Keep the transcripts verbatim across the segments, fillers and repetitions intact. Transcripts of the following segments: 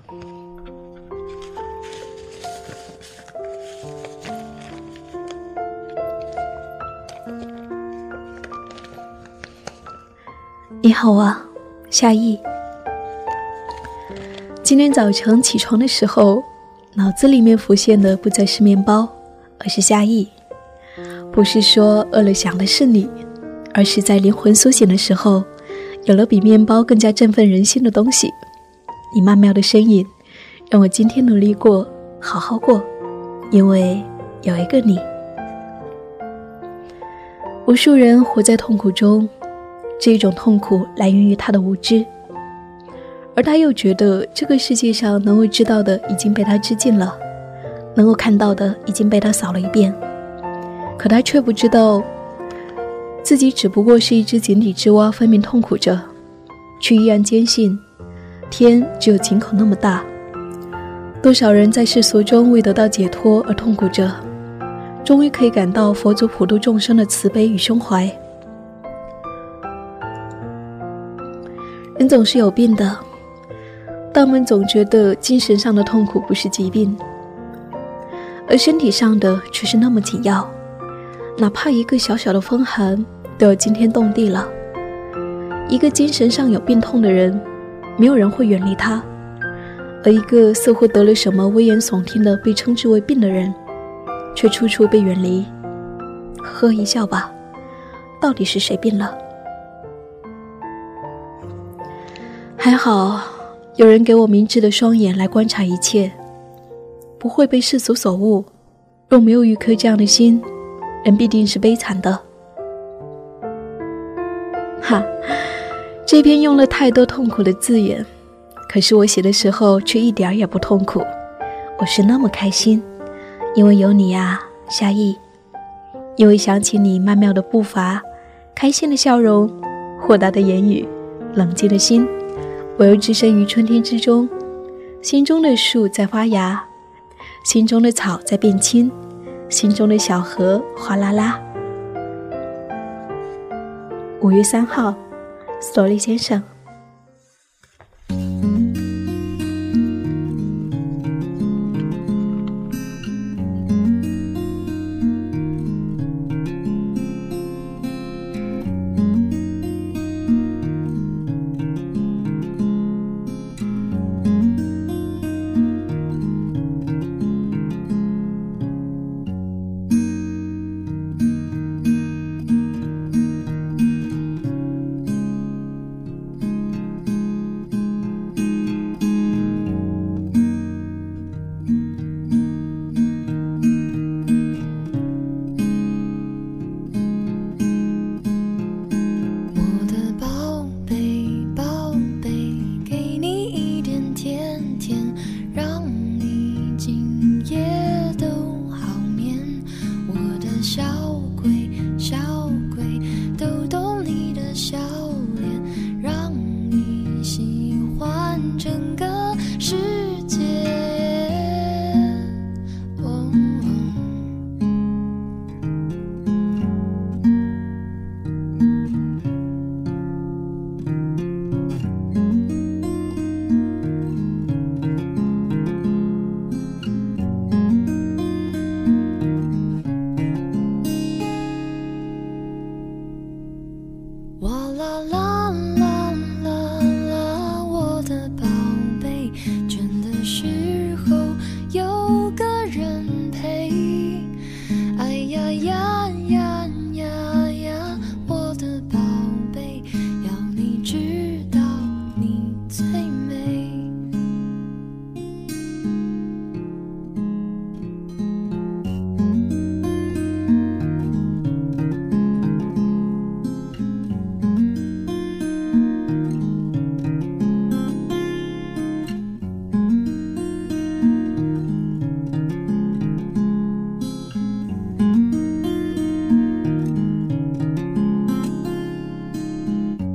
你好啊，夏意。今天早晨起床的时候，脑子里面浮现的不再是面包，而是夏意。不是说饿了想的是你，而是在灵魂苏醒的时候，有了比面包更加振奋人心的东西。你曼妙的身影，让我今天努力过，好好过，因为有一个你。无数人活在痛苦中，这一种痛苦来源于他的无知，而他又觉得这个世界上能够知道的已经被他知尽了，能够看到的已经被他扫了一遍，可他却不知道自己只不过是一只井底之蛙，分明痛苦着，却依然坚信天只有井口那么大。多少人在世俗中为得到解脱而痛苦着，终于可以感到佛祖普度众生的慈悲与胸怀。人总是有病的，但我们总觉得精神上的痛苦不是疾病，而身体上的却是那么紧要，哪怕一个小小的风寒都要惊天动地了。一个精神上有病痛的人，没有人会远离他，而一个似乎得了什么危言耸听的被称之为病的人，却处处被远离。呵呵一笑吧，到底是谁病了？还好有人给我明智的双眼来观察一切，不会被世俗所误。若没有一颗这样的心，人必定是悲惨的。哈，这篇用了太多痛苦的字眼，可是我写的时候却一点也不痛苦，我是那么开心，因为有你啊，夏意。因为想起你曼妙的步伐，开心的笑容，豁达的言语，冷静的心，我又置身于春天之中，心中的树在发芽，心中的草在变青，心中的小河哗啦啦。五月三号，斯多利先生。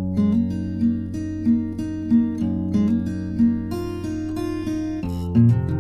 嗯。